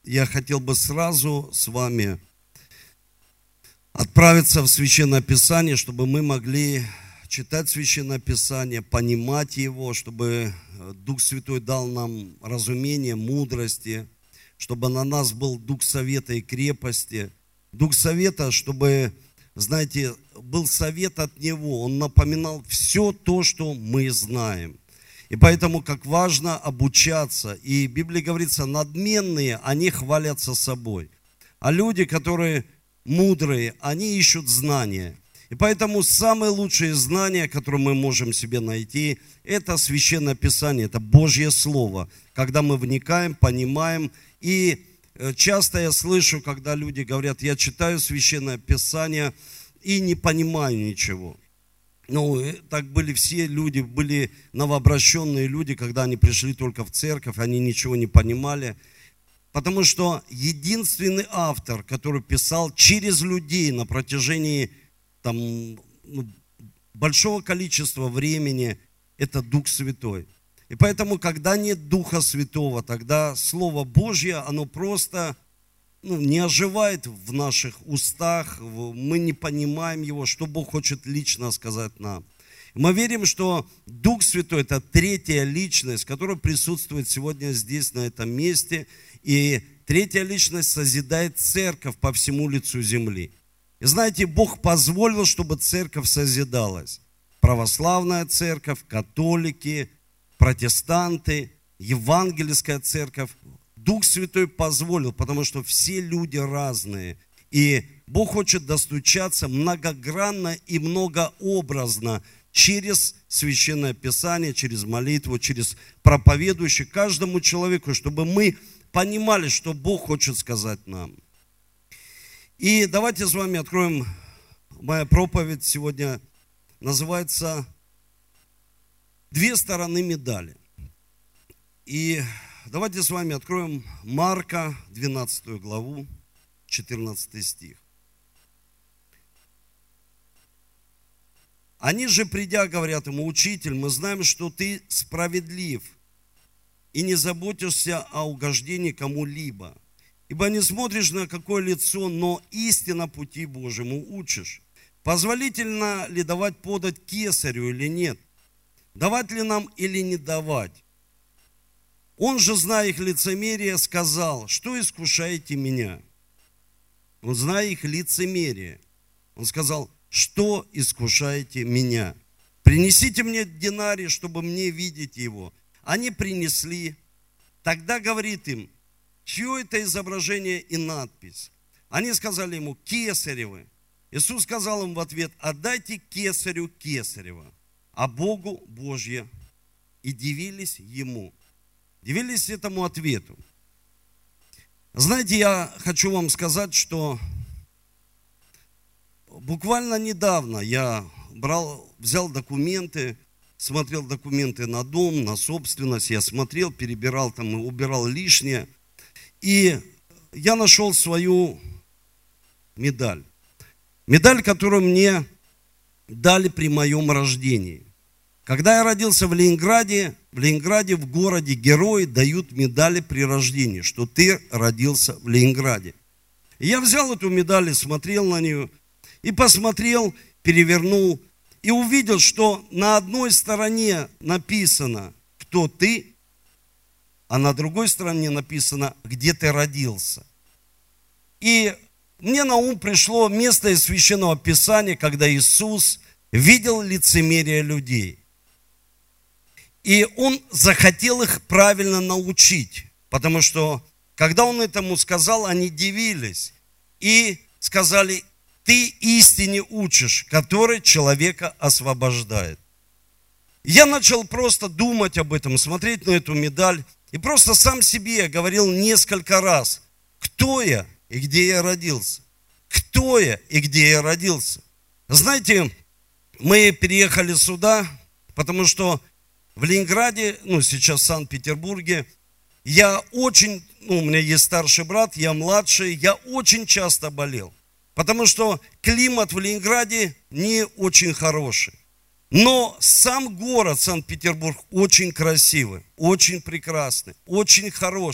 я хотел бы сразу с вами отправиться в Священное Писание, чтобы мы могли читать Священное Писание, понимать его, чтобы Дух Святой дал нам разумение, мудрости, чтобы на нас был Дух совета и крепости. Дух совета, чтобы, знаете, был совет от Него. Он напоминал все то, что мы знаем. И поэтому как важно обучаться. И в Библии говорится, надменные, они хвалятся собой. А люди, которые мудрые, они ищут знания. И поэтому самые лучшие знания, которые мы можем себе найти, это Священное Писание, это Божье Слово. Когда мы вникаем, понимаем. И часто я слышу, когда люди говорят, я читаю Священное Писание и не понимаю ничего. Ну, так были все люди, были новообращенные люди, когда они пришли только в церковь, они ничего не понимали. Потому что единственный автор, который писал через людей на протяжении большого количества времени, это Дух Святой. И поэтому, когда нет Духа Святого, тогда Слово Божье, оно просто не оживает в наших устах, мы не понимаем его, что Бог хочет лично сказать нам. Мы верим, что Дух Святой – это третья личность, которая присутствует сегодня здесь, на этом месте. И третья личность созидает церковь по всему лицу земли. И знаете, Бог позволил, чтобы церковь созидалась. Православная церковь, католики, протестанты, евангельская церковь. Дух Святой позволил, потому что все люди разные. И Бог хочет достучаться многогранно и многообразно через Священное Писание, через молитву, через проповедующих каждому человеку, чтобы мы понимали, что Бог хочет сказать нам. И давайте с вами откроем, моя проповедь сегодня называется «Две стороны медали». И давайте с вами откроем Марка, 12 главу, 14 стих. Они же, придя, говорят ему, учитель, мы знаем, что ты справедлив и не заботишься о угождении кому-либо, ибо не смотришь на какое лицо, но истинно пути Божьему учишь. Позволительно ли давать подать кесарю или нет? Давать ли нам или не давать? Он же, зная их лицемерие, сказал, что искушаете меня? Он, зная их лицемерие, он сказал, что искушаете меня? Принесите мне динарий, чтобы мне видеть его. Они принесли. Тогда говорит им, чье это изображение и надпись? Они сказали ему, кесаревы. Иисус сказал им в ответ, отдайте кесарю кесарева, а Богу Божье. И дивились ему. Дивились этому ответу. Знаете, я хочу вам сказать, что буквально недавно я взял документы, смотрел документы на дом, на собственность, я смотрел, перебирал там и убирал лишнее. И я нашел свою медаль. Медаль, которую мне дали при моем рождении. Когда я родился в Ленинграде, в городе герои дают медали при рождении, что ты родился в Ленинграде. И я взял эту медаль и смотрел на нее, и посмотрел, перевернул, и увидел, что на одной стороне написано, кто ты, а на другой стороне написано, где ты родился. И мне на ум пришло место из Священного Писания, когда Иисус видел лицемерие людей. И Он захотел их правильно научить, потому что, когда Он этому сказал, они дивились и сказали, ты истине учишь, который человека освобождает. Я начал просто думать об этом, смотреть на эту медаль, и просто сам себе говорил несколько раз, кто я и где я родился. Кто я и где я родился. Знаете, мы переехали сюда, потому что в Ленинграде, сейчас в Санкт-Петербурге, у меня есть старший брат, я младший, я очень часто болел. Потому что климат в Ленинграде не очень хороший. Но сам город Санкт-Петербург очень красивый, очень прекрасный, очень хороший.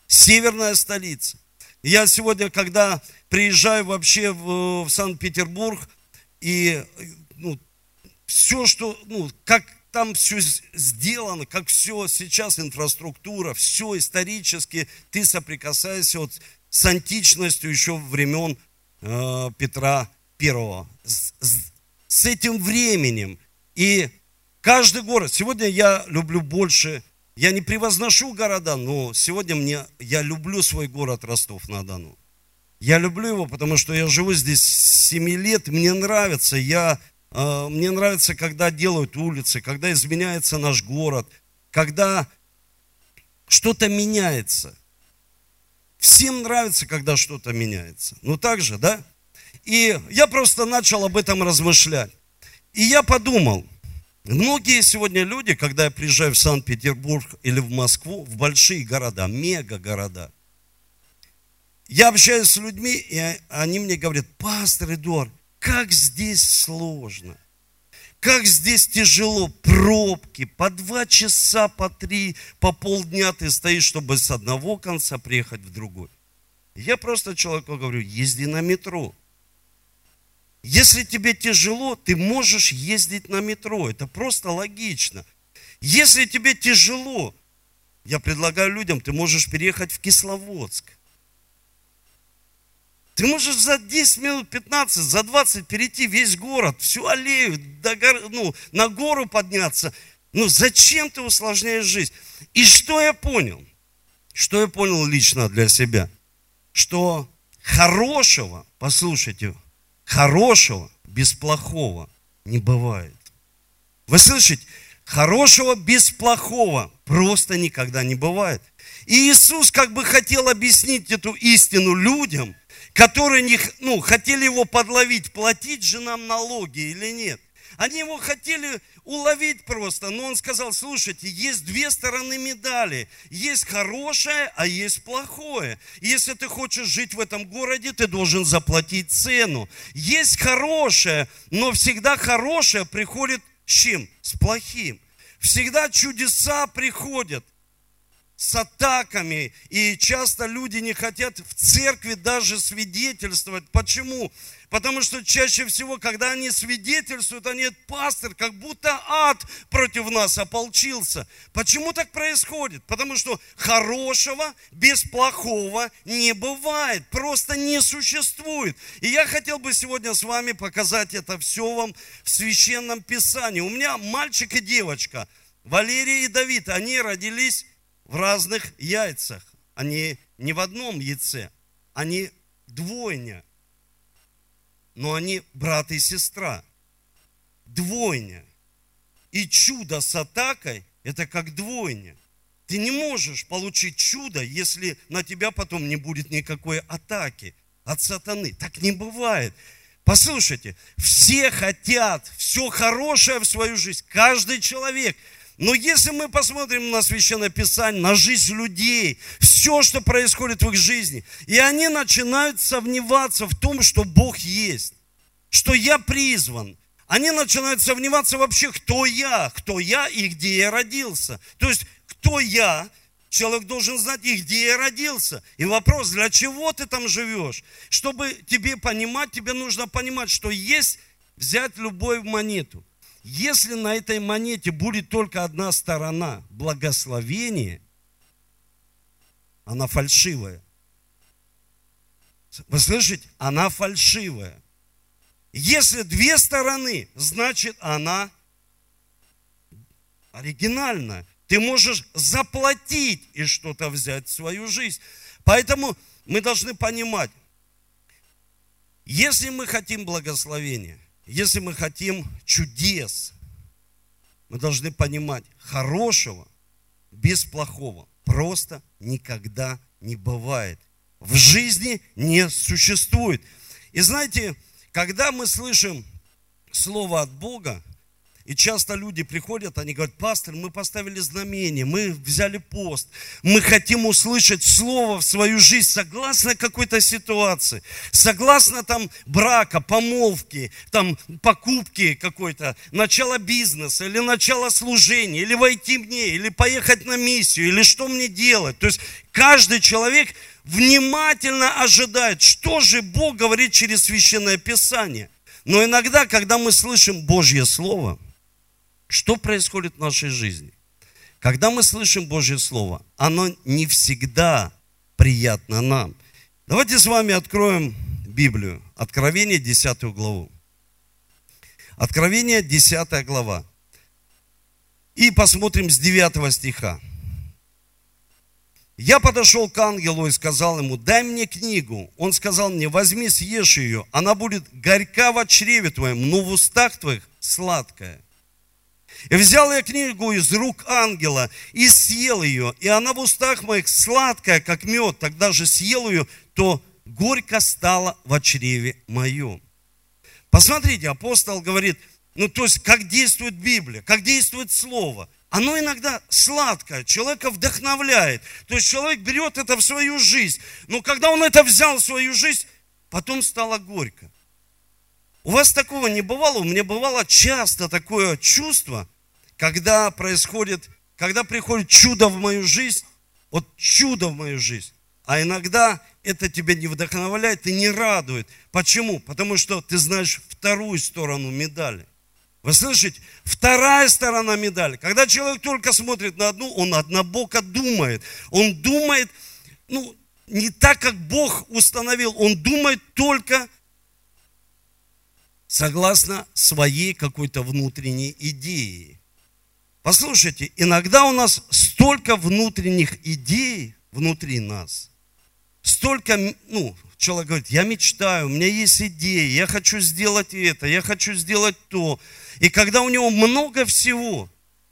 северная столица. Я сегодня, когда приезжаю вообще в Санкт-Петербург, и все, что, как там все сделано, как все сейчас, инфраструктура, все исторически, ты соприкасаешься вот с античностью еще времен Петра Первого, с этим временем. И каждый город, сегодня я люблю больше, я не превозношу города, но сегодня я люблю свой город Ростов-на-Дону. Я люблю его, потому что я живу здесь с 7 лет, мне нравится, мне нравится, когда делают улицы, когда изменяется наш город, когда что-то меняется. Всем нравится, когда что-то меняется. Ну так же, да? И я просто начал об этом размышлять. И я подумал, многие сегодня люди, когда я приезжаю в Санкт-Петербург или в Москву, в большие города, мега-города, я общаюсь с людьми, и они мне говорят: пастор Эдуард, как здесь сложно, как здесь тяжело, пробки, по 2 часа, по 3, по полдня ты стоишь, чтобы с одного конца приехать в другой. Я просто человеку говорю: езди на метро. Если тебе тяжело, ты можешь ездить на метро, это просто логично. Если тебе тяжело, я предлагаю людям, ты можешь переехать в Кисловодск. Ты можешь за 10 минут, 15, за 20 перейти весь город, всю аллею, на гору подняться. Зачем ты усложняешь жизнь? И что я понял? Что я понял лично для себя? Что хорошего, послушайте, хорошего без плохого не бывает. Вы слышите? Хорошего без плохого просто никогда не бывает. И Иисус как бы хотел объяснить эту истину людям, которые хотели его подловить, платить же нам налоги или нет. Они его хотели уловить просто, но он сказал: слушайте, есть 2 стороны медали. Есть хорошее, а есть плохое. И если ты хочешь жить в этом городе, ты должен заплатить цену. Есть хорошее, но всегда хорошее приходит с чем? С плохим. Всегда чудеса приходят с атаками, и часто люди не хотят в церкви даже свидетельствовать. Почему? Потому что чаще всего, когда они свидетельствуют, они: пастор, как будто ад против нас ополчился. Почему так происходит? Потому что хорошего без плохого не бывает, просто не существует. И я хотел бы сегодня с вами показать это все вам в Священном Писании. У меня мальчик и девочка, Валерий и Давид, они родились в разных яйцах. Они не в одном яйце, они двойня. Но они брат и сестра. Двойня. И чудо с атакой – это как двойня. Ты не можешь получить чудо, если на тебя потом не будет никакой атаки от сатаны. Так не бывает. Послушайте, все хотят все хорошее в свою жизнь, каждый человек. Но если мы посмотрим на Священное Писание, на жизнь людей, все, что происходит в их жизни, и они начинают сомневаться в том, что Бог есть, что я призван. Они начинают сомневаться вообще, кто я и где я родился. То есть, кто я, человек должен знать, и где я родился. И вопрос: для чего ты там живешь? Чтобы тебе понимать, тебе нужно понимать, что есть взять любую монету. Если на этой монете будет только одна сторона, благословение, она фальшивая. Вы слышите? Она фальшивая. Если 2 стороны, значит она оригинальная. Ты можешь заплатить и что-то взять в свою жизнь. Поэтому мы должны понимать, если мы хотим благословения, если мы хотим чудес, мы должны понимать, хорошего без плохого просто никогда не бывает. В жизни не существует. И знаете, когда мы слышим слово от Бога, и часто люди приходят, они говорят: пастор, мы поставили знамение, мы взяли пост, мы хотим услышать слово в свою жизнь согласно какой-то ситуации, согласно там брака, помолвки, там покупки какой-то, начало бизнеса, или начало служения, или войти мне, или поехать на миссию, или что мне делать. То есть каждый человек внимательно ожидает, что же Бог говорит через Священное Писание. Но иногда, когда мы слышим Божье Слово, что происходит в нашей жизни? Когда мы слышим Божье Слово, оно не всегда приятно нам. Давайте с вами откроем Библию. Откровение, 10 главу. Откровение, 10 глава. И посмотрим с 9 стиха. «Я подошел к ангелу и сказал ему: дай мне книгу. Он сказал мне: возьми, съешь ее. Она будет горька в чреве твоем, но в устах твоих сладкая. И взял я книгу из рук ангела и съел ее. И она в устах моих сладкая, как мед. Тогда же съел ее, то горько стало в чреве моем». Посмотрите, апостол говорит, то есть, как действует Библия, как действует Слово. Оно иногда сладкое, человека вдохновляет. То есть, человек берет это в свою жизнь. Но когда он это взял в свою жизнь, потом стало горько. У вас такого не бывало? У меня бывало часто такое чувство, когда приходит чудо в мою жизнь, вот чудо в мою жизнь. А иногда это тебя не вдохновляет и не радует. Почему? Потому что ты знаешь вторую сторону медали. Вы слышите? Вторая сторона медали. Когда человек только смотрит на одну, он однобоко думает. Он думает, не так, как Бог установил. Он думает только согласно своей какой-то внутренней идее. Послушайте, иногда у нас столько внутренних идей внутри нас. Столько, человек говорит: я мечтаю, у меня есть идеи, я хочу сделать это, я хочу сделать то. И когда у него много всего,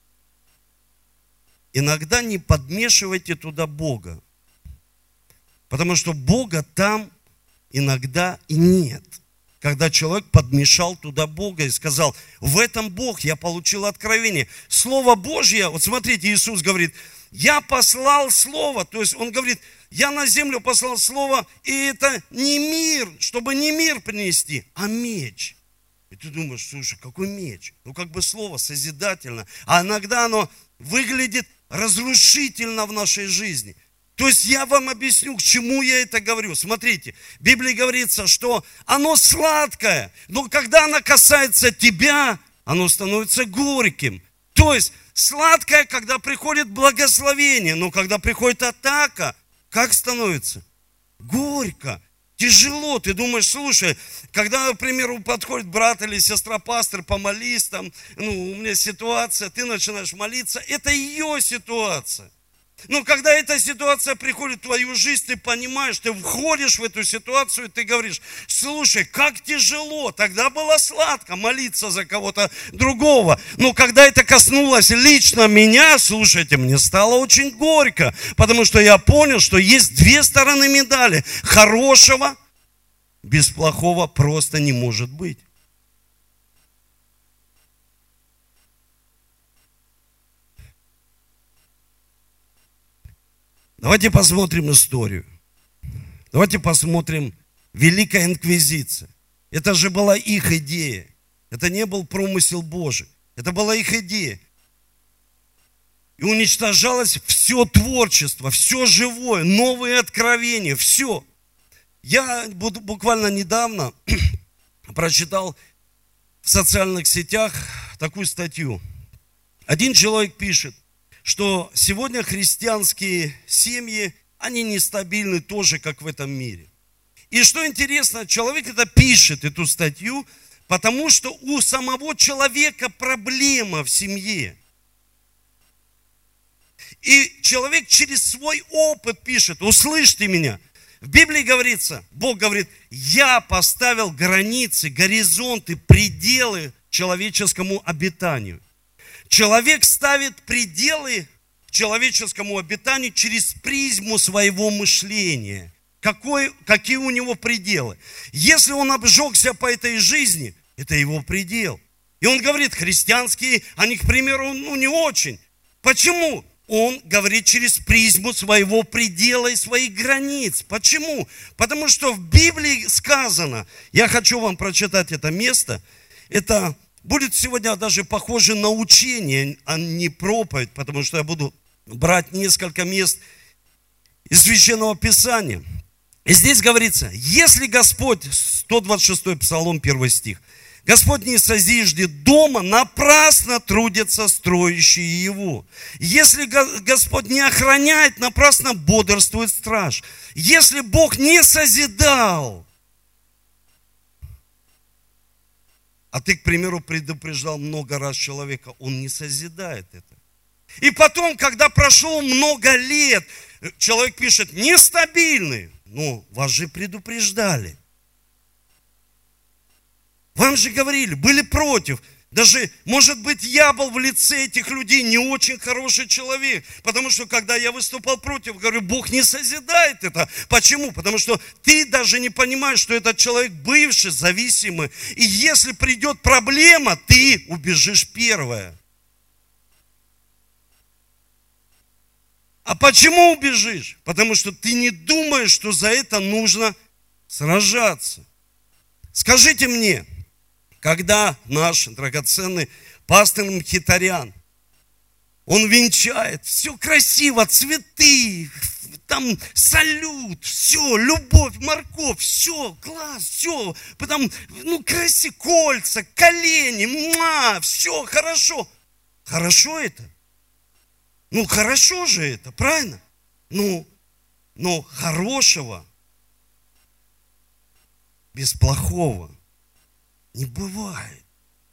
иногда не подмешивайте туда Бога. Потому что Бога там иногда и нет. Когда человек подмешал туда Бога и сказал: в этом Бог, я получил откровение. Слово Божье, вот смотрите, Иисус говорит: я послал Слово, то есть Он говорит: я на землю послал Слово, и это не мир, чтобы не мир принести, а меч. И ты думаешь: слушай, какой меч? Как бы Слово созидательно, а иногда оно выглядит разрушительно в нашей жизни. То есть я вам объясню, к чему я это говорю. Смотрите, в Библии говорится, что оно сладкое, но когда оно касается тебя, оно становится горьким. То есть сладкое, когда приходит благословение, но когда приходит атака, как становится? Горько, тяжело. Ты думаешь: слушай, когда, к примеру, подходит брат или сестра, пастор, помолись, там, у меня ситуация, ты начинаешь молиться, это ее ситуация. Но когда эта ситуация приходит в твою жизнь, ты понимаешь, ты входишь в эту ситуацию, и ты говоришь: слушай, как тяжело, тогда было сладко молиться за кого-то другого. Но когда это коснулось лично меня, слушайте, мне стало очень горько, потому что я понял, что есть две стороны медали. Хорошего без плохого просто не может быть. Давайте посмотрим историю. Давайте посмотрим Великая Инквизиция. Это же была их идея. Это не был промысел Божий. Это была их идея. И уничтожалось все творчество, все живое, новые откровения, все. Я буквально недавно прочитал в социальных сетях такую статью. Один человек пишет, что сегодня христианские семьи, они нестабильны тоже, как в этом мире. И что интересно, человек это пишет, эту статью, потому что у самого человека проблема в семье. И человек через свой опыт пишет: услышьте меня. В Библии говорится, Бог говорит: я поставил границы, горизонты, пределы человеческому обитанию. Человек ставит пределы человеческому обитанию через призму своего мышления. Какие у него пределы? Если он обжегся по этой жизни, это его предел. И он говорит, христианские, они, к примеру, не очень. Почему? Он говорит через призму своего предела и своих границ. Почему? Потому что в Библии сказано, я хочу вам прочитать это место, это будет сегодня даже похоже на учение, а не проповедь, потому что я буду брать несколько мест из Священного Писания. И здесь говорится, если Господь, 126 Псалом, 1 стих, Господь не созиждет дома, напрасно трудятся строящие его. Если Господь не охраняет, напрасно бодрствует страж. Если Бог не созидал, а ты, к примеру, предупреждал много раз человека, он не созидает это. И потом, когда прошло много лет, человек пишет, нестабильный. Ну, вас же предупреждали. Вам же говорили, были против. Даже, может быть, я был в лице этих людей не очень хороший человек. Потому что, когда я выступал против, говорю, Бог не созидает это. Почему? Потому что ты даже не понимаешь, что этот человек бывший, зависимый. И если придет проблема, ты убежишь первое. А почему убежишь? Потому что ты не думаешь, что за это нужно сражаться. Скажите мне, когда наш драгоценный пастор Мхитарян, он венчает, все красиво, цветы, там салют, все, любовь, морковь, все, класс, все, потом, красиво, кольца, колени, все хорошо. Хорошо это? Хорошо же это, правильно? Но хорошего без плохого не бывает.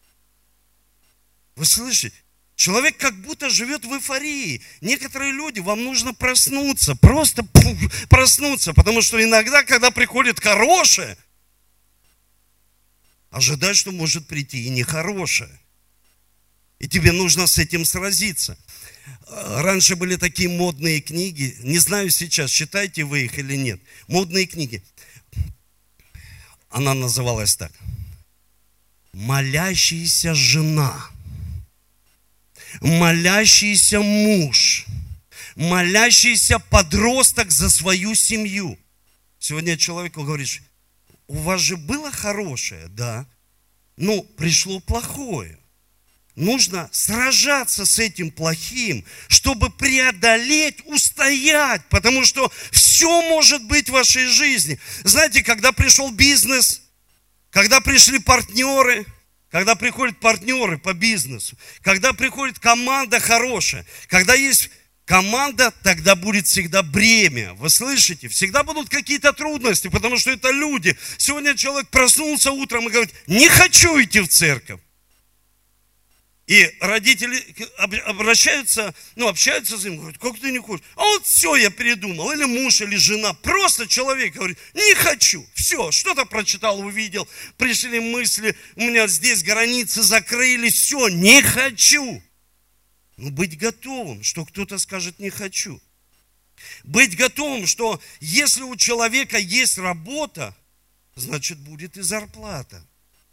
Вы слышите? Человек как будто живет в эйфории. Некоторые люди, вам нужно проснуться, просто проснуться, потому что иногда, когда приходит хорошее, ожидай, что может прийти и нехорошее. И тебе нужно с этим сразиться. Раньше были такие модные книги, не знаю сейчас, читаете вы их или нет, модные книги. Она называлась так. Молящаяся жена, молящийся муж, молящийся подросток за свою семью. Сегодня человеку говоришь, у вас же было хорошее, да, но пришло плохое. Нужно сражаться с этим плохим, чтобы преодолеть, устоять, потому что все может быть в вашей жизни. Знаете, когда пришел бизнес, когда пришли партнеры, когда приходят партнеры по бизнесу, когда приходит команда хорошая, когда есть команда, тогда будет всегда бремя. Вы слышите? Всегда будут какие-то трудности, потому что это люди. Сегодня человек проснулся утром и говорит, не хочу идти в церковь. И родители общаются с ним, говорят, как ты не хочешь? А вот все, я передумал. Или муж, или жена. Просто человек говорит, не хочу. Все, что-то прочитал, увидел. Пришли мысли, у меня здесь границы закрылись. Все, не хочу. Быть готовым, что кто-то скажет, не хочу. Быть готовым, что если у человека есть работа, значит будет и зарплата.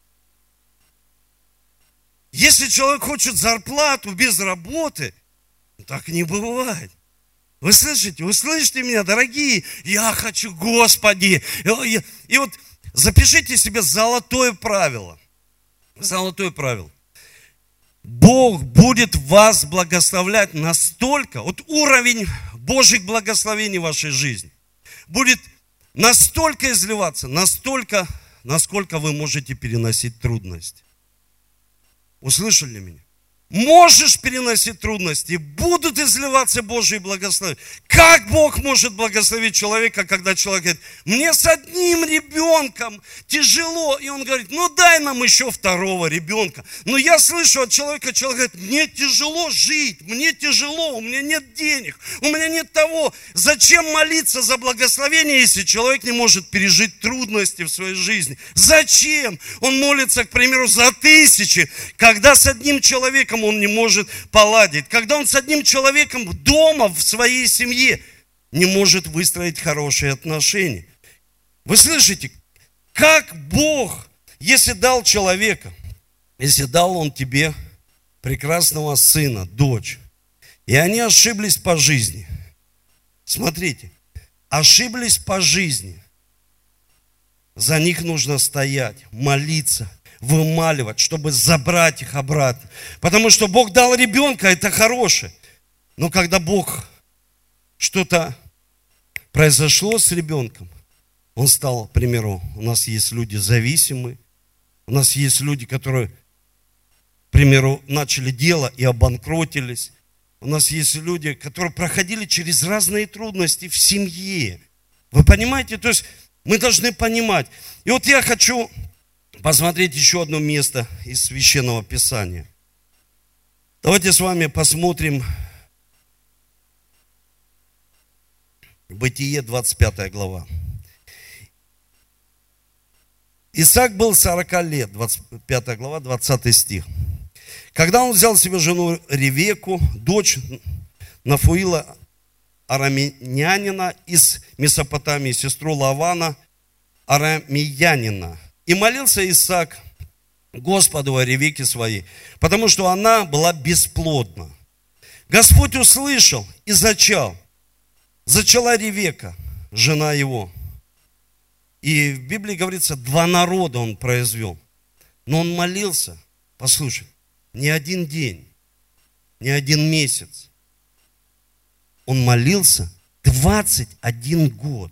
Если человек хочет зарплату без работы, так не бывает. Вы слышите меня, дорогие? Я хочу, Господи. И вот запишите себе золотое правило. Золотое правило. Бог будет вас благословлять настолько, вот уровень Божьих благословений в вашей жизни будет настолько изливаться, настолько, насколько вы можете переносить трудности. Услышали меня? Можешь переносить трудности, будут изливаться Божьи благословения. Как Бог может благословить человека, когда человек говорит, мне с одним ребенком тяжело, и он говорит, дай нам еще второго ребенка. Но я слышу от человека, человек говорит, мне тяжело жить, мне тяжело, у меня нет денег, у меня нет того. Зачем молиться за благословение, если человек не может пережить трудности в своей жизни? Зачем? Он молится, к примеру, за 1000, когда с одним человеком он не может поладить. Когда он с одним человеком дома, в своей семье, не может выстроить хорошие отношения. Вы слышите, как Бог, если дал человека, если дал он тебе прекрасного сына, дочь, и они ошиблись по жизни. Смотрите, ошиблись по жизни. За них нужно стоять, молиться, вымаливать, чтобы забрать их обратно. Потому что Бог дал ребенка, это хорошее. Но когда Бог что-то произошло с ребенком. Он стал, к примеру, у нас есть люди зависимые, у нас есть люди, которые, к примеру, начали дело и обанкротились. У нас есть люди, которые проходили через разные трудности в семье. Вы понимаете? То есть мы должны понимать. И вот я хочу посмотреть еще одно место из Священного Писания. Давайте с вами посмотрим Бытие, 25 глава. Исаак был 40 лет, 25 глава, 20 стих. Когда он взял себе жену Ревеку, дочь Нафуила арамеянина из Месопотамии, сестру Лавана арамеянина. И молился Исаак Господу о Ревеке своей, потому что она была бесплодна. Господь услышал и зачал. Зачала Ревека, жена его. И в Библии говорится, 2 народа он произвел. Но он молился, послушай, не один день, не один месяц. Он молился 21 год.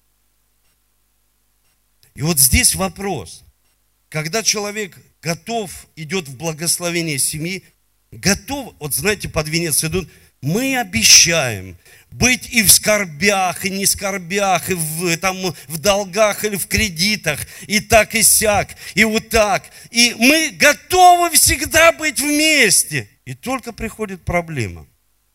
И вот здесь вопрос. Когда человек готов, идет в благословение семьи, готов, вот знаете, под венец идут, мы обещаем быть и в скорбях, и не скорбях, и в долгах, или в кредитах, и так, и сяк, и вот так. И мы готовы всегда быть вместе. И только приходит проблема.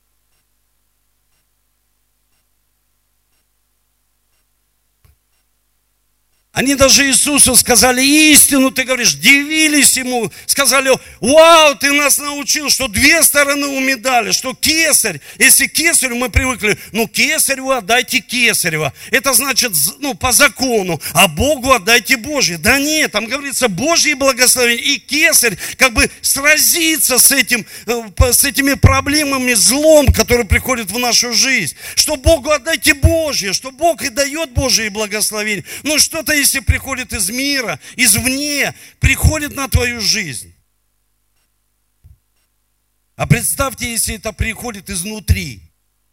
Они даже Иисусу сказали истину, ты говоришь, дивились ему, сказали, вау, ты нас научил, что 2 стороны у медали, что кесарь, если кесарю мы привыкли, кесарю отдайте кесарева, это значит, по закону, а Богу отдайте Божье. Да нет, там говорится Божье благословение, и кесарь как бы сразится с этими проблемами, злом, который приходит в нашу жизнь, что Богу отдайте Божье, что Бог и дает Божье благословение, что-то если приходит из мира, извне, приходит на твою жизнь. А представьте, если это приходит изнутри.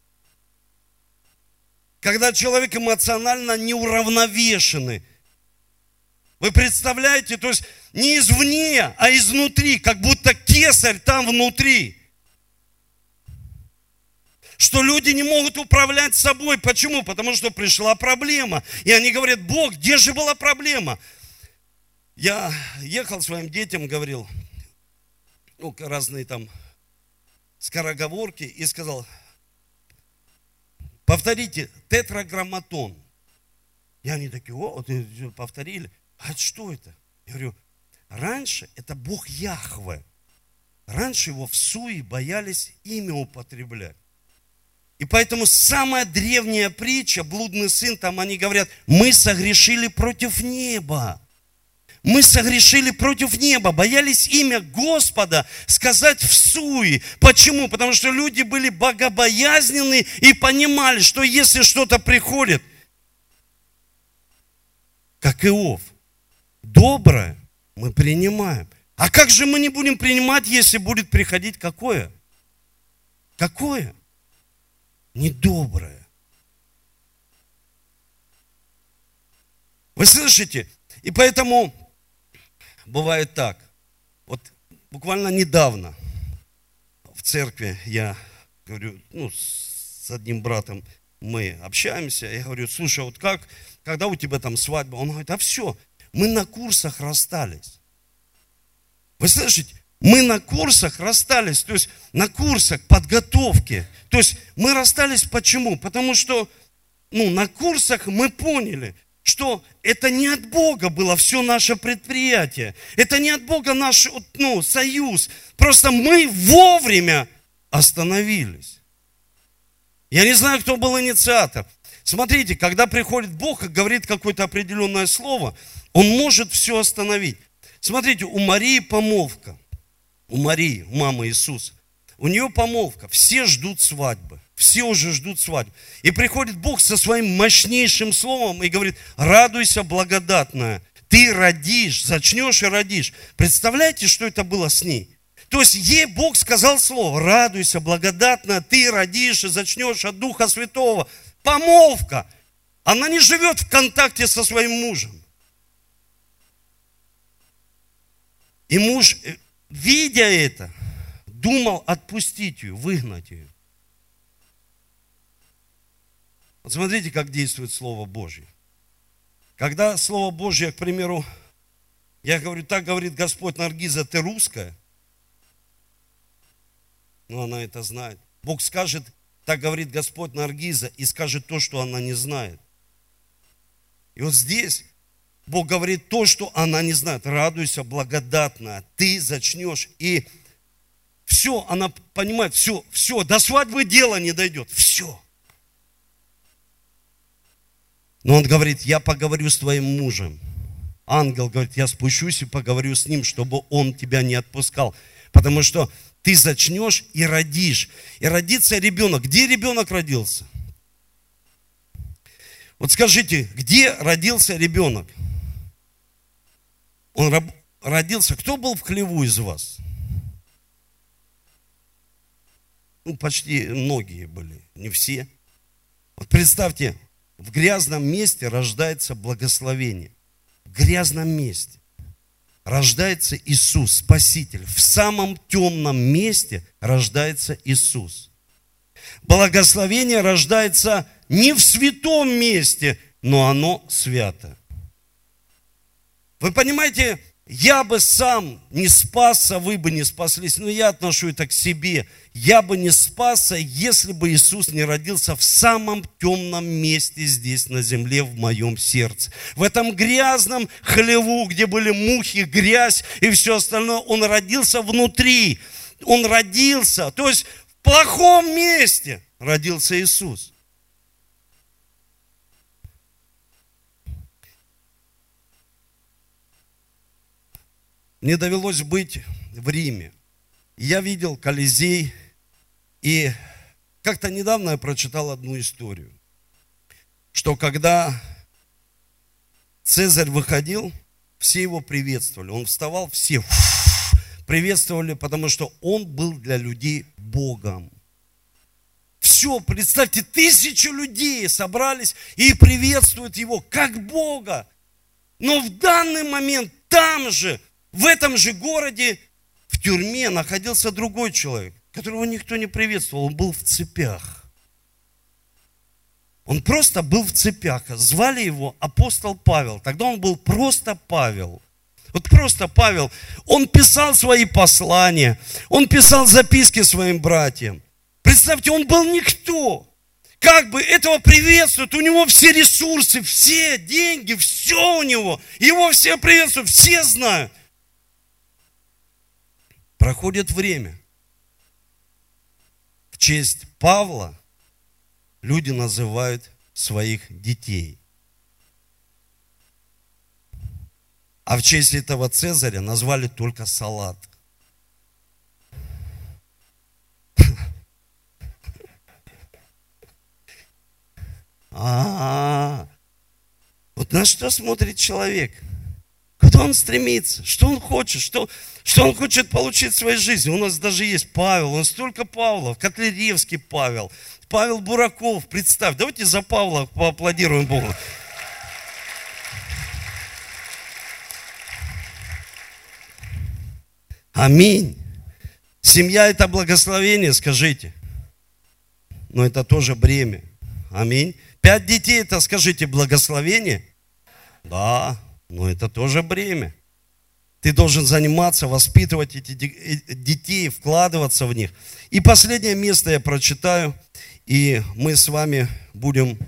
Когда человек эмоционально неуравновешенный. Вы представляете, то есть не извне, а изнутри, как будто кесарь там внутри. Что люди не могут управлять собой. Почему? Потому что пришла проблема. И они говорят, Бог, где же была проблема? Я ехал своим детям, говорил, разные там скороговорки, и сказал, повторите, тетраграмматон. И они такие, повторили. А что это? Я говорю, раньше это Бог Яхве. Раньше его в суе боялись имя употреблять. И поэтому самая древняя притча, блудный сын, там они говорят, мы согрешили против неба. Мы согрешили против неба, боялись имя Господа сказать в суе. Почему? Потому что люди были богобоязненны и понимали, что если что-то приходит, как Иов, доброе мы принимаем. А как же мы не будем принимать, если будет приходить какое? Какое? Недоброе. Вы слышите? И поэтому бывает так. Вот буквально недавно в церкви я говорю, с одним братом мы общаемся, я говорю, слушай, вот как, когда у тебя там свадьба? Он говорит, все, мы на курсах расстались. Вы слышите? Мы на курсах расстались, то есть на курсах подготовки. То есть мы расстались почему? Потому что на курсах мы поняли, что это не от Бога было все наше предприятие. Это не от Бога наш союз. Просто мы вовремя остановились. Я не знаю, кто был инициатор. Смотрите, когда приходит Бог и говорит какое-то определенное слово, Он может все остановить. Смотрите, у Марии помолвка. У Марии, у мамы Иисуса. У нее помолвка. Все ждут свадьбы. Все уже ждут свадьбы. И приходит Бог со своим мощнейшим словом и говорит, радуйся, благодатная. Ты родишь, зачнешь и родишь. Представляете, что это было с ней? То есть ей Бог сказал слово, радуйся, благодатная, ты родишь и зачнешь от Духа Святого. Помолвка. Она не живет в контакте со своим мужем. И муж, видя это, думал отпустить ее, выгнать ее. Вот смотрите, как действует Слово Божье. Когда Слово Божье, к примеру, я говорю, так говорит Господь, Наргиза, ты русская? Ну, она это знает. Бог скажет, так говорит Господь, Наргиза, и скажет то, что она не знает. И вот здесь Бог говорит то, что она не знает. Радуйся благодатно, ты зачнешь. И все, она понимает, все, до свадьбы дело не дойдет, все. Но он говорит, я поговорю с твоим мужем. Ангел говорит, я спущусь и поговорю с ним, чтобы он тебя не отпускал. Потому что ты зачнешь и родишь. И родится ребенок. Где ребенок родился? Вот скажите, где родился ребенок? Он родился. Кто был в хлеву из вас? Ну, почти многие были, не все. Вот представьте, в грязном месте рождается благословение. В грязном месте рождается Иисус, Спаситель. В самом темном месте рождается Иисус. Благословение рождается не в святом месте, но оно свято. Вы понимаете, я бы сам не спасся, вы бы не спаслись, но я отношу это к себе. Я бы не спасся, если бы Иисус не родился в самом темном месте здесь на земле, в моем сердце. В этом грязном хлеву, где были мухи, грязь и все остальное, Он родился внутри. Он родился, то есть в плохом месте родился Иисус. Мне довелось быть в Риме. Я видел Колизей, и как-то недавно я прочитал одну историю, что когда Цезарь выходил, все его приветствовали. Он вставал, все приветствовали, потому что он был для людей Богом. Все, представьте, 1000 людей собрались и приветствуют его как Бога. Но в данный момент там же, в этом же городе, в тюрьме находился другой человек, которого никто не приветствовал. Он был в цепях. Он просто был в цепях. Звали его апостол Павел. Тогда он был просто Павел. Вот просто Павел. Он писал свои послания. Он писал записки своим братьям. Представьте, он был никто. Как бы этого приветствуют. У него все ресурсы, все деньги, все у него. Его все приветствуют, все знают. Проходит время. В честь Павла люди называют своих детей. А в честь этого Цезаря назвали только салат. Вот на что смотрит человек? Куда он стремится? Что он хочет? Что он хочет получить в своей жизни? У нас даже есть Павел, у нас столько Павлов, Котляревский Павел, Павел Бураков, представь. Давайте за Павла поаплодируем Богу. Аминь. Семья – это благословение, скажите. Но это тоже бремя. Аминь. 5 детей – это, скажите, благословение? Да, но это тоже бремя. Ты должен заниматься, воспитывать этих детей, вкладываться в них. И последнее место я прочитаю, и мы с вами будем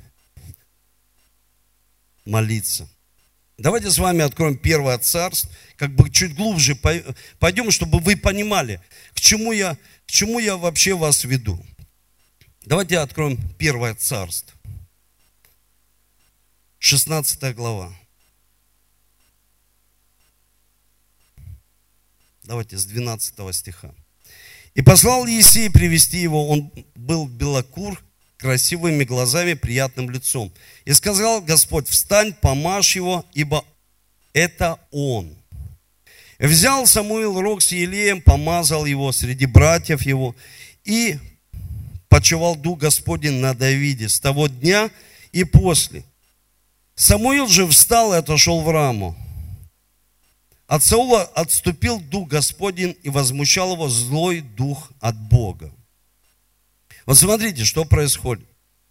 молиться. Давайте с вами откроем 1 Царств, как бы чуть глубже пойдем, чтобы вы понимали, к чему я вообще вас веду. Давайте откроем 1 Царств, 16 глава. Давайте с 12 стиха. «И послал Елисей привести его, он был белокур, красивыми глазами, приятным лицом. И сказал Господь, встань, помажь его, ибо это он. И взял Самуил рог с елеем, помазал его среди братьев его, и почивал Дух Господень на Давиде с того дня и после. Самуил же встал и отошел в Раму. От Саула отступил дух Господень, и возмущал его злой дух от Бога. Вот смотрите, что происходит.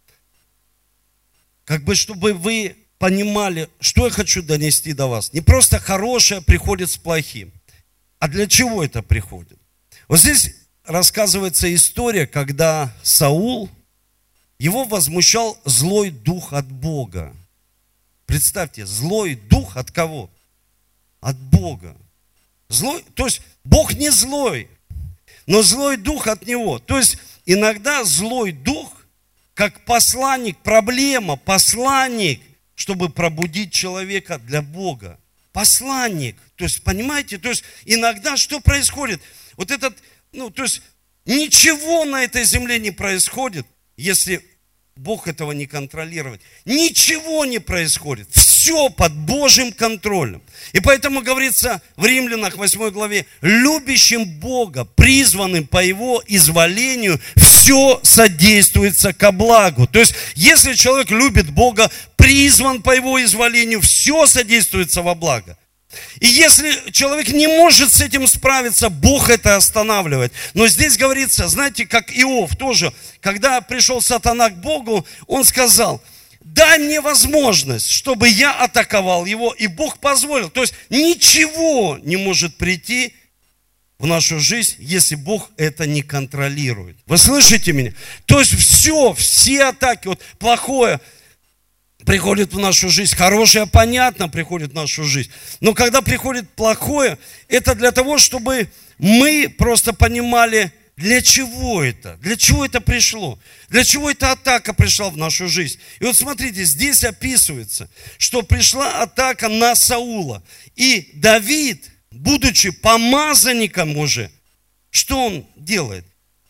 Как бы, чтобы вы понимали, что я хочу донести до вас. Не просто хорошее приходит с плохим. А для чего это приходит? Вот здесь рассказывается история, когда Саул, его возмущал злой дух от Бога. Представьте, злой дух от кого? От Бога. Злой, то есть Бог не злой, но злой дух от Него. То есть иногда злой дух, как посланник, проблема, посланник, чтобы пробудить человека для Бога. Посланник. То есть, понимаете, то есть иногда что происходит? Вот этот, то есть ничего на этой земле не происходит, если Бог этого не контролирует. Ничего не происходит. Все под Божьим контролем. И поэтому говорится в Римлянах 8 главе, любящим Бога, призванным по Его изволению, все содействуется ко благу. То есть, если человек любит Бога, призван по Его изволению, все содействуется во благо. И если человек не может с этим справиться, Бог это останавливает. Но здесь говорится, знаете, как Иов тоже, когда пришел сатана к Богу, он сказал, дай мне возможность, чтобы я атаковал его, и Бог позволил. То есть ничего не может прийти в нашу жизнь, если Бог это не контролирует. Вы слышите меня? То есть все атаки, вот плохое, приходит в нашу жизнь. Хорошее, понятно, приходит в нашу жизнь. Но когда приходит плохое, это для того, чтобы мы просто понимали, для чего это пришло, для чего эта атака пришла в нашу жизнь. И вот смотрите, здесь описывается, что пришла атака на Саула. И Давид, будучи помазанником уже, что он делает?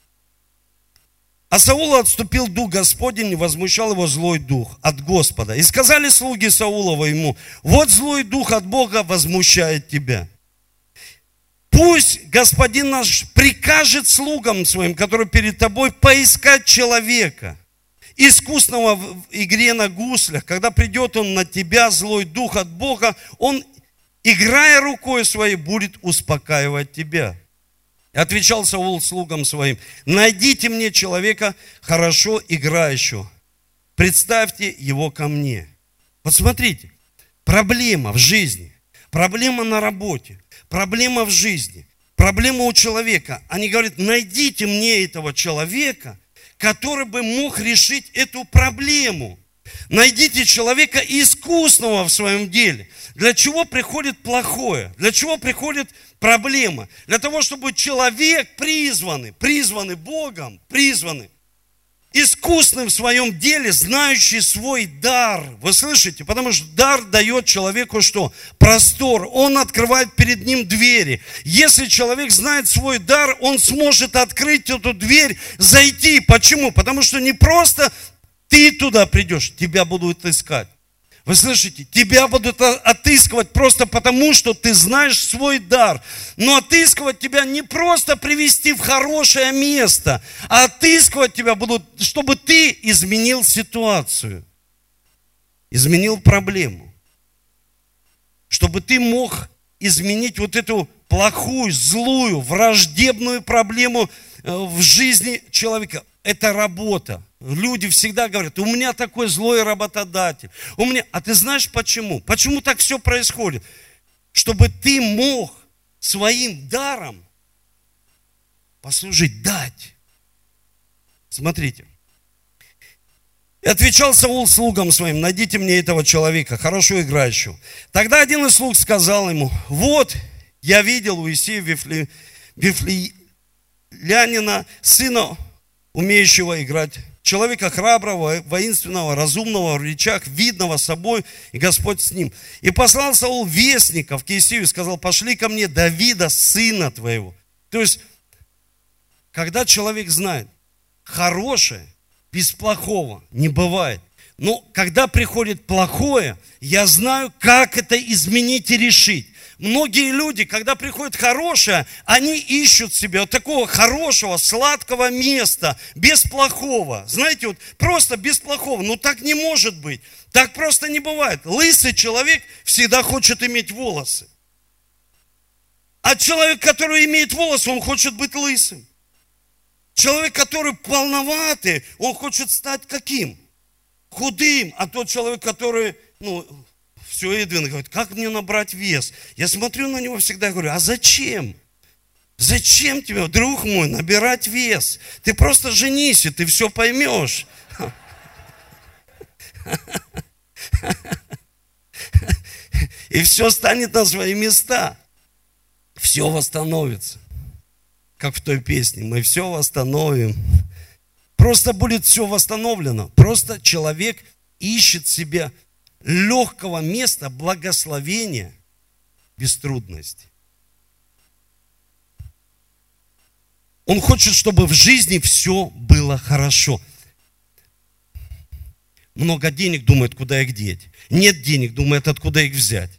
А Саула отступил дух Господень, и возмущал его злой дух от Господа. И сказали слуги Саулова ему, вот злой дух от Бога возмущает тебя. Пусть Господин наш прикажет слугам своим, которые перед тобой, поискать человека, искусного в игре на гуслях. Когда придет он на тебя, злой дух от Бога, он, играя рукой своей, будет успокаивать тебя. И отвечал Саул слугам своим, найдите мне человека, хорошо играющего, представьте его ко мне. Вот смотрите, проблема в жизни, проблема на работе, проблема в жизни, проблема у человека. Они говорят, найдите мне этого человека, который бы мог решить эту проблему. Найдите человека искусного в своем деле. Для чего приходит плохое? Для чего приходит проблема? Для того, чтобы человек призванный Богом, искусным в своем деле, знающий свой дар. Вы слышите? Потому что дар дает человеку что? Простор. Он открывает перед ним двери. Если человек знает свой дар, он сможет открыть эту дверь, зайти. Почему? Потому что не просто ты туда придешь, тебя будут искать. Вы слышите? Тебя будут отыскивать просто потому, что ты знаешь свой дар. Но отыскивать тебя не просто привести в хорошее место, а отыскивать тебя будут, чтобы ты изменил ситуацию, изменил проблему. Чтобы ты мог изменить вот эту плохую, злую, враждебную проблему в жизни человека. Это работа. Люди всегда говорят, у меня такой злой работодатель. А ты знаешь почему? Почему так все происходит? Чтобы ты мог своим даром послужить, дать. Смотрите. И отвечал Саул слугам своим, найдите мне этого человека, хорошо играющего. Тогда один из слуг сказал ему, вот, я видел у Иисея Вифлеянина, сына, умеющего играть, человека храброго, воинственного, разумного в речах, видного собой, и Господь с ним. И послал Саул вестников к Иисею и сказал, пошли ко мне Давида, сына твоего. То есть, когда человек знает, хорошее без плохого не бывает. Но когда приходит плохое, я знаю, как это изменить и решить. многие люди, когда приходит хорошее, они ищут себе вот такого хорошего, сладкого места, без плохого. Знаете, вот просто без плохого. Ну так не может быть. Так просто не бывает. Лысый человек всегда хочет иметь волосы. А человек, который имеет волосы, он хочет быть лысым. Человек, который полноватый, он хочет стать каким? Худым. А тот человек, который, все, Эдвин говорит, как мне набрать вес? Я смотрю на него всегда и говорю, а зачем? Зачем тебе, друг мой, набирать вес? Ты просто женись, и ты все поймешь. И все станет на свои места. Все восстановится. Как в той песне, мы все восстановим. Просто будет все восстановлено. Просто человек ищет себе легкого места, благословения, без трудностей. Он хочет, чтобы в жизни все было хорошо. Много денег, думает, куда их деть. Нет денег, думает, откуда их взять.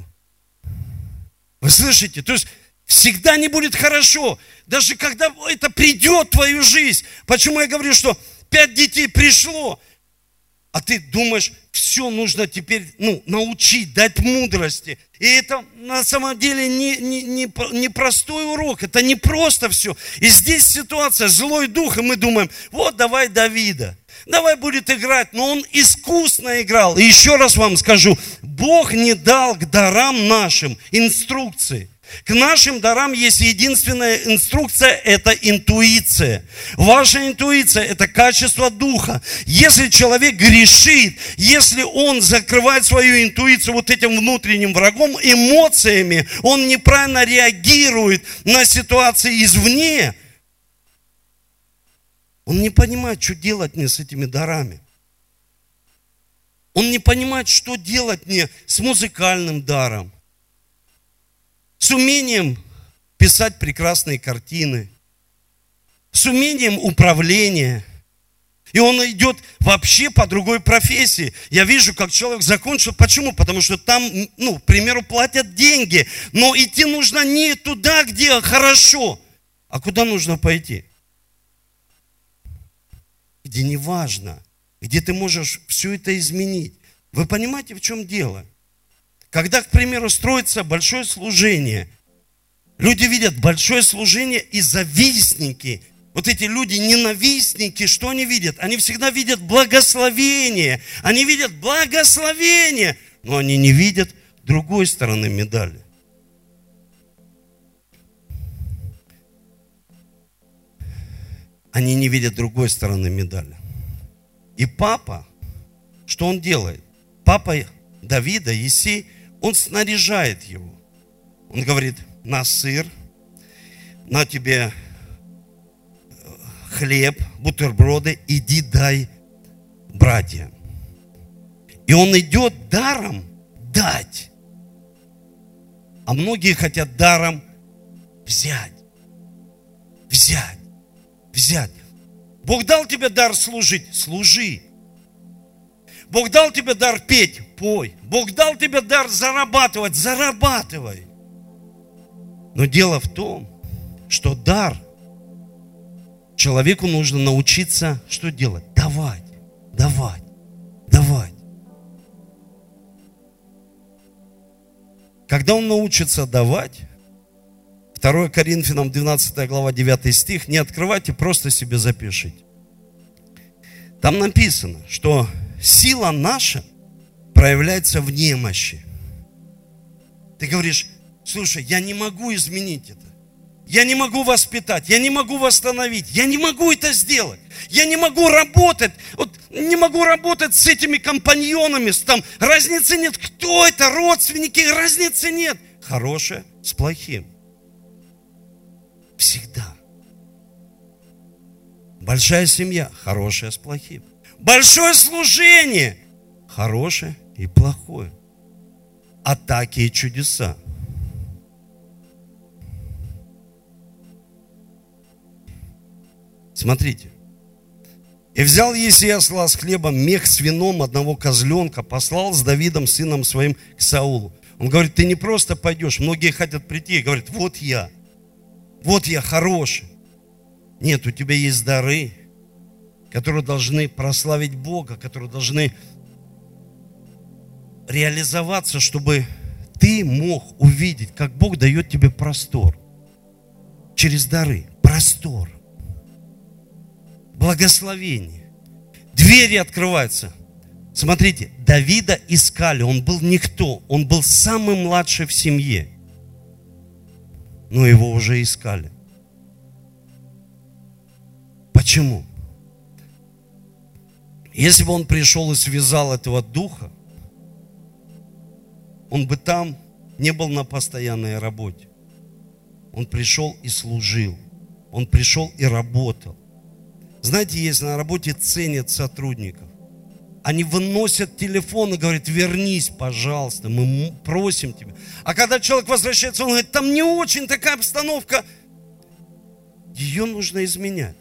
Вы слышите? То есть всегда не будет хорошо. Даже когда это придет в твою жизнь. Почему я говорю, что 5 детей пришло, а ты думаешь, все нужно теперь научить, дать мудрости. И это на самом деле не простой урок. Это не просто все. И здесь ситуация, злой дух, и мы думаем, вот давай Давида. Давай будет играть. Но он искусно играл. И еще раз вам скажу, Бог не дал к дарам нашим инструкции. К нашим дарам есть единственная инструкция, это интуиция. Ваша интуиция – это качество духа. Если человек грешит, если он закрывает свою интуицию вот этим внутренним врагом, эмоциями, он неправильно реагирует на ситуации извне, он не понимает, что делать мне с этими дарами. Он не понимает, что делать мне с музыкальным даром, с умением писать прекрасные картины, с умением управления. И он идет вообще по другой профессии. Я вижу, как человек закончил. Почему? Потому что там, к примеру, платят деньги. Но идти нужно не туда, где хорошо, а куда нужно пойти? Где не важно, где ты можешь все это изменить. Вы понимаете, в чем дело? Когда, к примеру, строится большое служение, люди видят большое служение и завистники. Вот эти люди, ненавистники, что они видят? Они всегда видят благословение. Они видят благословение, но они не видят другой стороны медали. Они не видят другой стороны медали. И папа, что он делает? Папа Давида, Иессей, он снаряжает его. Он говорит, на сыр, на тебе хлеб, бутерброды, иди дай братьям. И он идет даром дать. А многие хотят даром взять. Взять. Взять. Бог дал тебе дар служить? Служи. Бог дал тебе дар петь? Пой. Бог дал тебе дар зарабатывать? Зарабатывай. Но дело в том, что дар человеку нужно научиться что делать? Давать. Давать. Давать. Когда он научится давать, 2 Коринфянам 12 глава 9 стих, не открывайте, просто себе запишите. Там написано, что сила наша проявляется в немощи. Ты говоришь, слушай, я не могу изменить это. Я не могу воспитать, я не могу восстановить, я не могу это сделать. Я не могу работать, не могу работать с этими компаньонами, там разницы нет. Кто это, родственники, разницы нет. Хорошее с плохим. Всегда. Большая семья, хорошая с плохим. Большое служение, хорошее и плохое. Атаки и чудеса. Смотрите. И взял Иессей осла с хлебом, мех с вином одного козленка, послал с Давидом, сыном своим, к Саулу. Он говорит, ты не просто пойдешь. Многие хотят прийти и говорят, вот я хороший. Нет, у тебя есть дары, которые должны прославить Бога, которые должны реализоваться, чтобы ты мог увидеть, как Бог дает тебе простор. Через дары. Простор. Благословение. Двери открываются. Смотрите, Давида искали. Он был никто. Он был самый младший в семье. Но его уже искали. Почему? Если бы он пришел и связал этого духа, он бы там не был на постоянной работе. Он пришел и служил. Он пришел и работал. Знаете, есть на работе ценят сотрудников. Они выносят телефон и говорят, вернись, пожалуйста, мы просим тебя. А когда человек возвращается, он говорит, там не очень такая обстановка. Ее нужно изменять.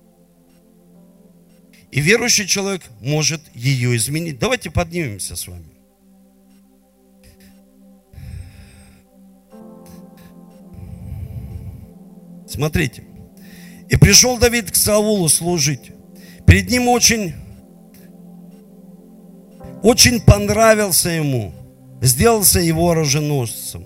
И верующий человек может ее изменить. Давайте поднимемся с вами. Смотрите. И пришел Давид к Саулу служить. Перед ним очень понравился ему. Сделался его оруженосцем.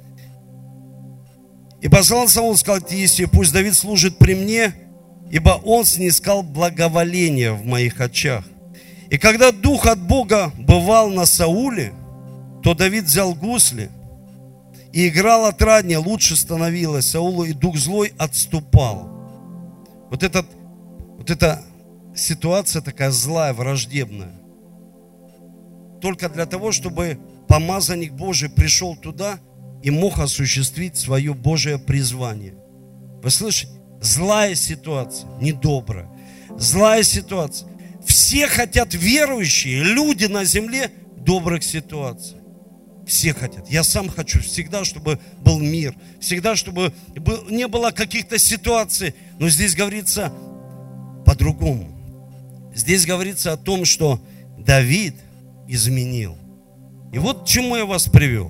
И послал Саул сказать Иисею, пусть Давид служит при мне, ибо он снискал благоволение в моих очах. И когда дух от Бога бывал на Сауле, то Давид взял гусли и играл отраднее, лучше становилось Саулу, и дух злой отступал. Вот эта ситуация такая злая, враждебная. Только для того, чтобы помазанник Божий пришел туда и мог осуществить свое Божие призвание. Вы слышите? Злая ситуация, недобрая. Злая ситуация. Все хотят, верующие, люди на земле, добрых ситуаций. Все хотят. Я сам хочу всегда, чтобы был мир. Всегда, чтобы не было каких-то ситуаций. Но здесь говорится по-другому. Здесь говорится о том, что Давид изменил. И вот к чему я вас привел.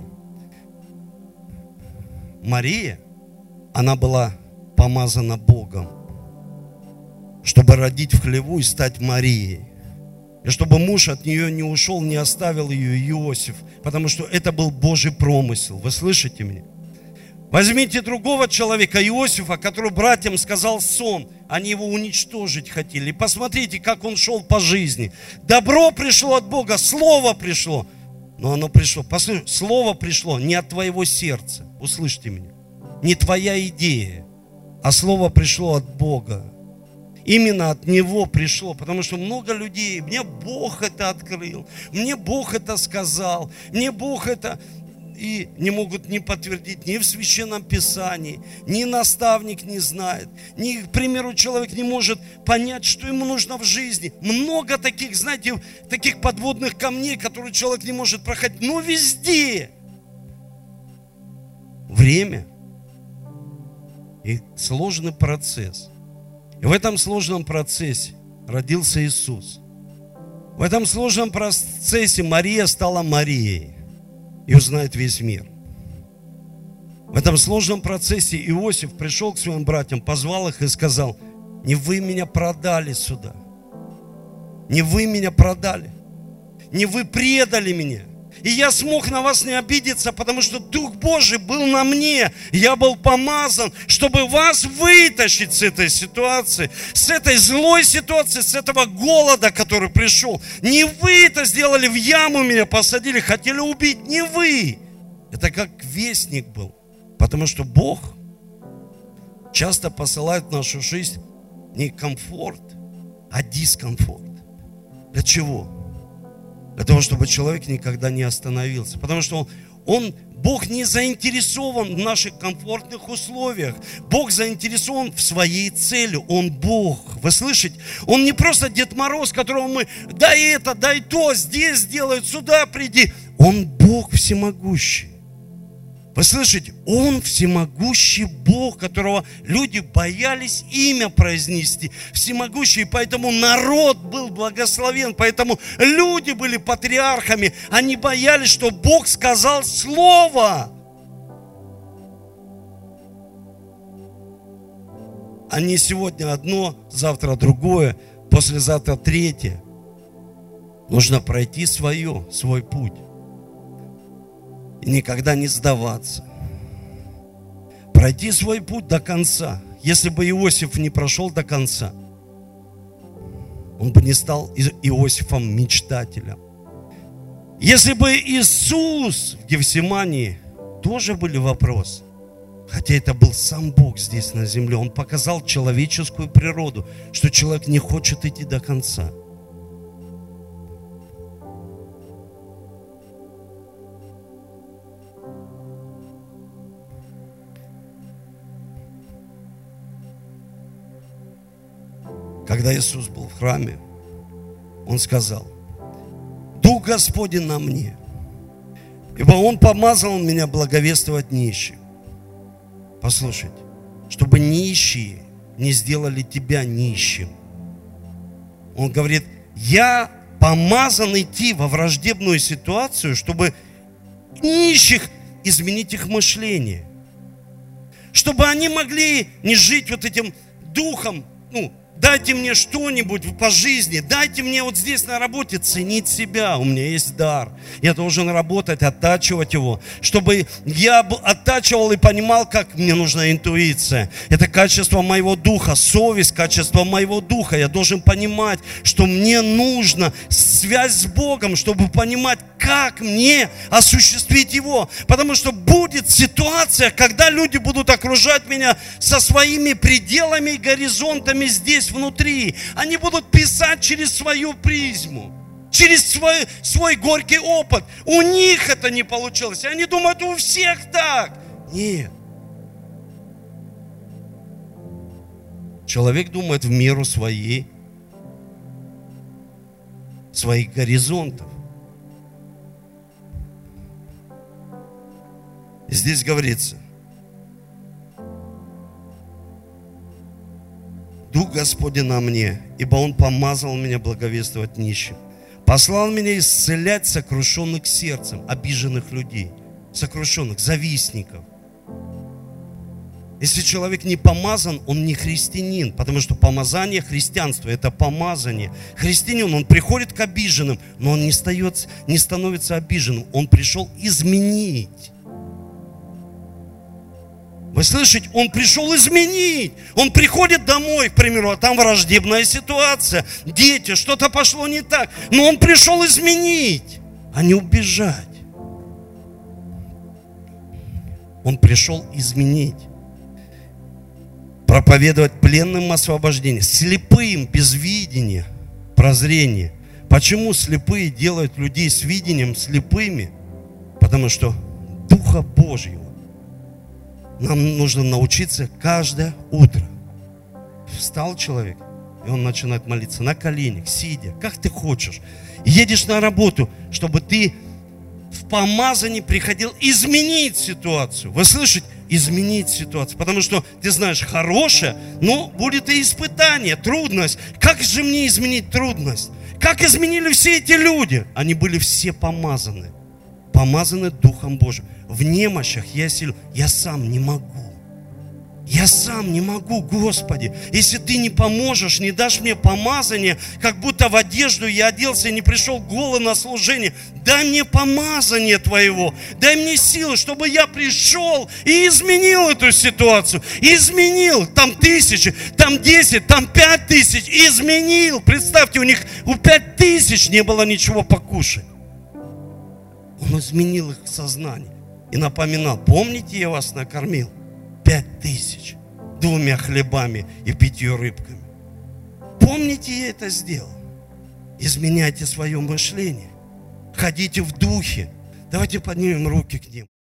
Мария, она была помазана Богом, чтобы родить в хлеву и стать Марией. И чтобы муж от нее не ушел, не оставил ее, Иосиф. Потому что это был Божий промысел. Вы слышите меня? Возьмите другого человека, Иосифа, который братьям сказал сон. Они его уничтожить хотели. И посмотрите, как он шел по жизни. Добро пришло от Бога, слово пришло. Но оно пришло. Послушайте, слово пришло не от твоего сердца. Услышьте меня. Не твоя идея, а слово пришло от Бога. Именно от Него пришло, потому что много людей, мне Бог это открыл, мне Бог это сказал, мне Бог это, и не могут ни подтвердить ни в Священном Писании, ни наставник не знает, ни, к примеру, человек не может понять, что ему нужно в жизни. Много таких, знаете, таких подводных камней, которые человек не может проходить, но везде. Время и сложный процесс. И в этом сложном процессе родился Иисус. В этом сложном процессе Мария стала Марией. И узнает весь мир. В этом сложном процессе Иосиф пришел к своим братьям, позвал их и сказал, не вы меня продали сюда. Не вы меня продали. Не вы предали меня. И я смог на вас не обидеться, потому что Дух Божий был на мне. Я был помазан, чтобы вас вытащить с этой ситуации, с этой злой ситуации, с этого голода, который пришел. Не вы это сделали, в яму меня посадили, хотели убить. Не вы. Это как вестник был. Потому что Бог часто посылает в нашу жизнь не комфорт, а дискомфорт. Для чего? Для того, чтобы человек никогда не остановился. Потому что Бог не заинтересован в наших комфортных условиях. Бог заинтересован в своей цели. Он Бог. Вы слышите? Он не просто Дед Мороз, которого мы дай это, дай то, здесь сделают, сюда приди. Он Бог всемогущий. Вы слышите? Он всемогущий Бог, которого люди боялись имя произнести. Всемогущий, и поэтому народ был благословен, поэтому люди были патриархами. Они боялись, что Бог сказал слово. А не сегодня одно, завтра другое, послезавтра третье. Нужно пройти свой путь. И никогда не сдаваться. Пройти свой путь до конца. Если бы Иосиф не прошел до конца, он бы не стал Иосифом мечтателем. Если бы Иисус в Гефсимании, тоже были вопросы. Хотя это был сам Бог здесь на земле. Он показал человеческую природу, что человек не хочет идти до конца. Когда Иисус был в храме, Он сказал: «Дух Господень на мне, ибо Он помазал меня благовествовать нищим». Послушайте, чтобы нищие не сделали тебя нищим. Он говорит: я помазан идти во враждебную ситуацию, чтобы нищих изменить их мышление. Чтобы они могли не жить вот этим духом, дайте мне что-нибудь по жизни, дайте мне вот здесь на работе ценить себя. У меня есть дар. Я должен работать, оттачивать его, чтобы я оттачивал и понимал, как мне нужна интуиция. Это качество моего духа, совесть, качество моего духа. Я должен понимать, что мне нужна связь с Богом, чтобы понимать, как мне осуществить его. Потому что будет ситуация, когда люди будут окружать меня со своими пределами и горизонтами здесь внутри. Они будут писать через свою призму, через свой горький опыт. У них это не получилось. Они думают, у всех так. Нет. Человек думает в меру своих горизонтов. Здесь говорится: Дух Господень на мне, ибо Он помазал меня благовествовать нищим. Послал меня исцелять сокрушенных сердцем, обиженных людей, сокрушенных, завистников. Если человек не помазан, он не христианин, потому что помазание христианства – это помазание. Христианин, он приходит к обиженным, но он не становится обиженным. Он пришел изменить. Вы слышите? Он пришел изменить. Он приходит домой, к примеру, а там враждебная ситуация. Дети, что-то пошло не так. Но он пришел изменить, а не убежать. Он пришел изменить. Проповедовать пленным освобождение, слепым без видения, прозрение. Почему слепые делают людей с видением слепыми? Потому что Духа Божьего нам нужно научиться каждое утро. Встал человек, и он начинает молиться на коленях, сидя, как ты хочешь. Едешь на работу, чтобы ты в помазании приходил изменить ситуацию. Вы слышите? Изменить ситуацию. Потому что, ты знаешь, хорошее, но будет и испытание, трудность. Как же мне изменить трудность? Как изменили все эти люди? Они были все помазаны. Помазаны Духом Божьим. В немощах я силен. Я сам не могу. Я сам не могу, Господи. Если Ты не поможешь, не дашь мне помазание, как будто в одежду я оделся и не пришел голый на служение. Дай мне помазание Твоего. Дай мне силы, чтобы я пришел и изменил эту ситуацию. Изменил. Там 1000, там 10, там 5000. Изменил. Представьте, у 5000 не было ничего покушать. Он изменил их сознание и напоминал: помните, я вас накормил 5000 2 хлебами и 5 рыбками. Помните, я это сделал? Изменяйте свое мышление. Ходите в духе. Давайте поднимем руки к ним.